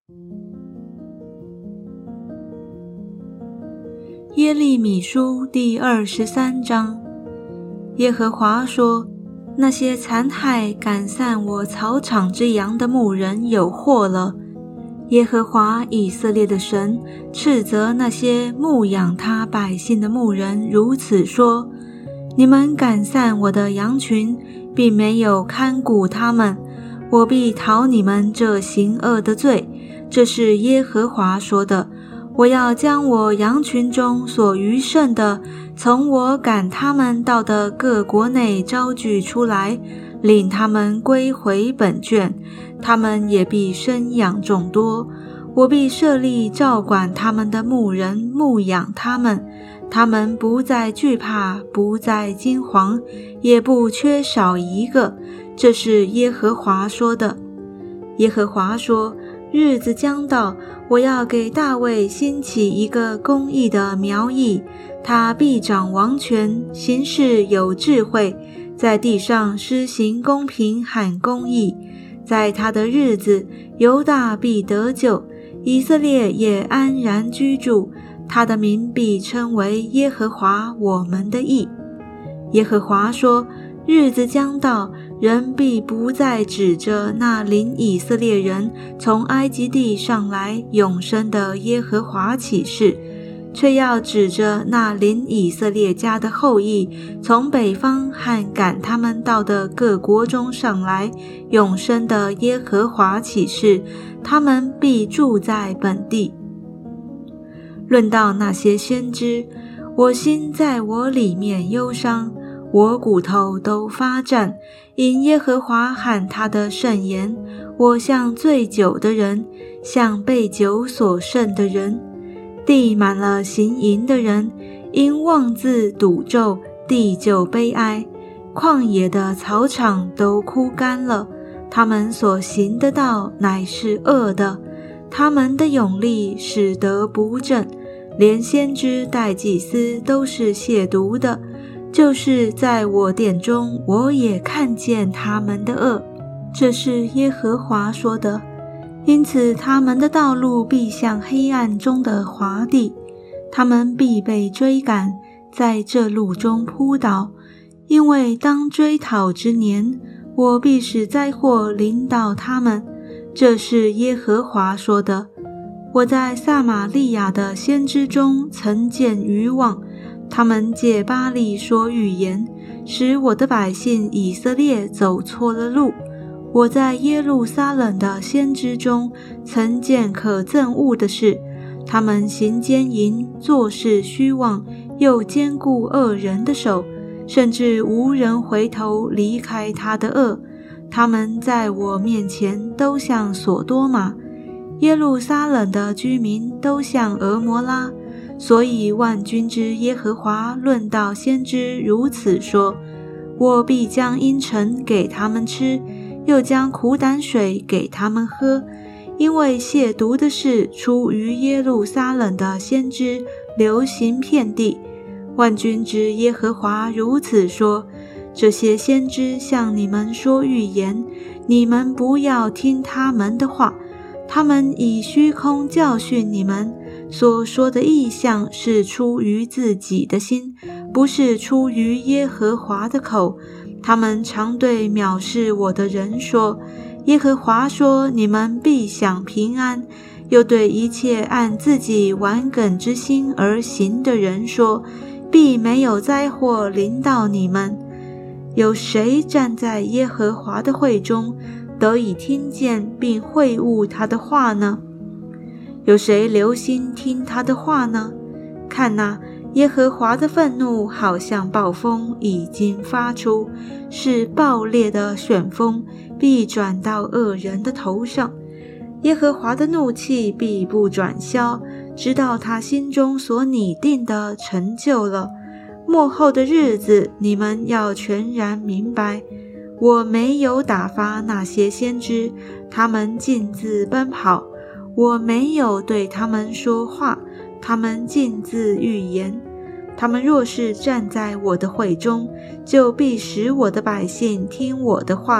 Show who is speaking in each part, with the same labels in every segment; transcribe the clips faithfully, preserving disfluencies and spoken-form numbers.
Speaker 1: 耶利米书第二十三章。耶和华说，那些残害赶散我草场之羊的牧人有祸了。耶和华以色列的神斥责那些牧养他百姓的牧人如此说，你们赶散我的羊群，并没有看顾他们，我必讨你们这行恶的罪。这是耶和华说的。我要将我羊群中所余剩的，从我赶他们到的各国内招聚出来，领他们归回本圈，他们也必生养众多。我必设立照管他们的牧人牧养他们，他们不再惧怕，不再惊惶，也不缺少一个。这是耶和华说的。耶和华说，日子将到，我要给大卫兴起一个公义的苗裔，他必掌王权，行事有智慧，在地上施行公平和公义。在他的日子，犹大必得救，以色列也安然居住，他的名必称为耶和华我们的义。耶和华说，日子将到，人必不再指着那领以色列人从埃及地上来永生的耶和华起誓，却要指着那领以色列家的后裔从北方和赶他们到的各国中上来永生的耶和华起誓，他们必住在本地。论到那些先知，我心在我里面忧伤，我骨头都发战，因耶和华和他的圣言，我像醉酒的人，像被酒所胜的人。地满了行淫的人，因妄自赌咒，地就悲哀。旷野的草场都枯干了，他们所行的道乃是恶的，他们的勇力使得不正，连先知带祭司都是亵渎的。就是在我殿中，我也看见他们的恶。这是耶和华说的。因此他们的道路必像黑暗中的滑地，他们必被追赶，在这路中扑倒。因为当追讨之年，我必使灾祸临到他们。这是耶和华说的。我在撒玛利亚的先知中曾见愚妄，他们借巴力说预言，使我的百姓以色列走错了路。我在耶路撒冷的先知中曾见可憎恶的事，他们行奸淫，做事虚妄，又坚固恶人的手，甚至无人回头离开他的恶。他们在我面前都像所多玛，耶路撒冷的居民都像俄摩拉。所以万军之耶和华论到先知如此说，我必将阴沉给他们吃，又将苦胆水给他们喝，因为亵渎的事出于耶路撒冷的先知，流行遍地。万军之耶和华如此说，这些先知向你们说预言，你们不要听他们的话，他们以虚空教训你们，所说的异象是出于自己的心，不是出于耶和华的口。他们常对藐视我的人说，耶和华说，你们必享平安。又对一切按自己顽梗之心而行的人说，必没有灾祸临到你们。有谁站在耶和华的会中，得以听见并会悟他的话呢？有谁留心听他的话呢？看哪，耶和华的愤怒好像暴风已经发出，是暴烈的旋风，必转到恶人的头上。耶和华的怒气必不转消，直到他心中所拟定的成就了。末后的日子，你们要全然明白，我没有打发那些先知，他们径自奔跑，我没有对他们说话，他们径自预言。他们若是站在我的会中，就必使我的百姓听我的话，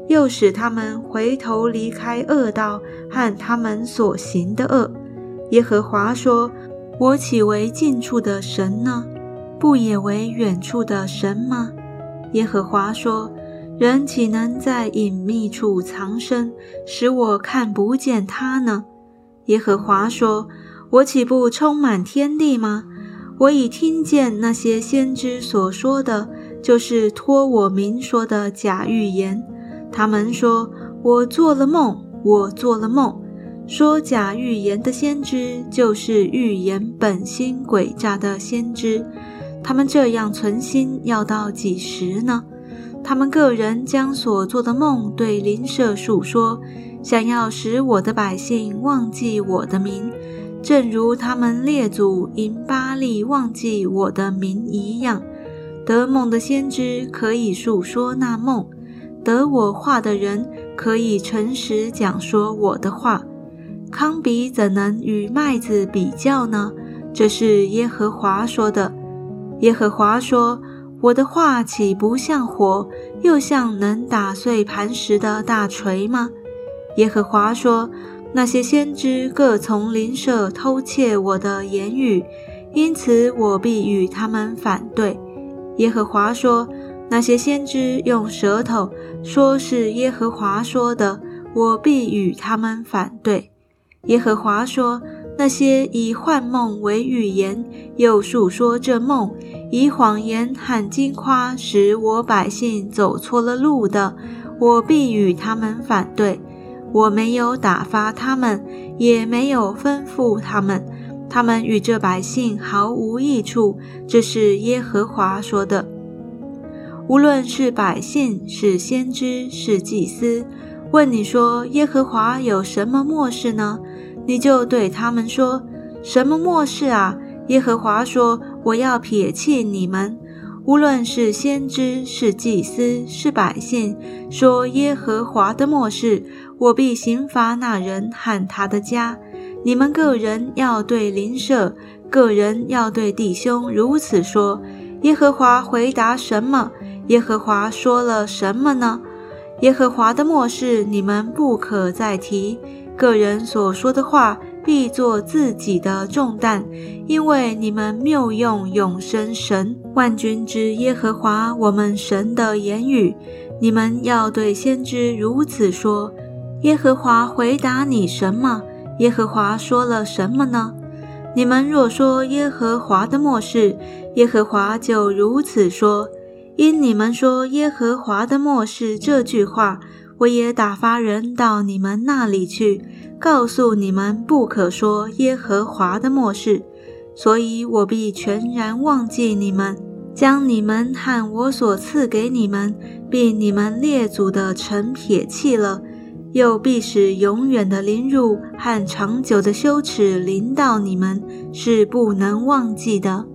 Speaker 1: 又使他们回头离开恶道和他们所行的恶。耶和华说，我岂为近处的神呢？不也为远处的神吗？耶和华说，人岂能在隐秘处藏身，使我看不见他呢？耶和华说，我岂不充满天地吗？我已听见那些先知所说的，就是托我名说的假预言。他们说，我做了梦，我做了梦。说假预言的先知，就是预言本心诡诈的先知。他们这样存心要到几时呢？他们个人将所做的梦对邻舍述说，想要使我的百姓忘记我的名，正如他们列祖因巴力忘记我的名一样。得梦的先知可以述说那梦，得我话的人可以诚实讲说我的话。糠秕怎能与麦子比较呢？这是耶和华说的。耶和华说，我的话岂不像火，又像能打碎磐石的大锤吗？耶和华说，那些先知各从邻舍偷窃我的言语，因此我必与他们反对。耶和华说，那些先知用舌头说是耶和华说的，我必与他们反对。耶和华说，那些以幻梦为预言，又述说这梦，以谎言和金夸使我百姓走错了路的，我必与他们反对。我没有打发他们，也没有吩咐他们，他们与这百姓毫无益处，这是耶和华说的。无论是百姓，是先知，是祭司，问你说，耶和华有什么默示呢？你就对他们说，什么默示啊？耶和华说，我要撇弃你们。无论是先知，是祭司，是百姓，说耶和华的默示，我必刑罚那人和他的家。你们个人要对邻舍，个人要对弟兄如此说。耶和华回答什么？耶和华说了什么呢？耶和华的默示你们不可再提，个人所说的话必作自己的重担，因为你们谬用永生神万军之耶和华我们神的言语。你们要对先知如此说，耶和华回答你什么？耶和华说了什么呢？你们若说耶和华的默示，耶和华就如此说。因你们说耶和华的默示这句话，我也打发人到你们那里去，告诉你们不可说耶和华的默示，所以我必全然忘记你们，将你们和我所赐给你们，并你们列祖的城撇弃了，又必使永远的凌辱和长久的羞耻临到你们，是不能忘记的。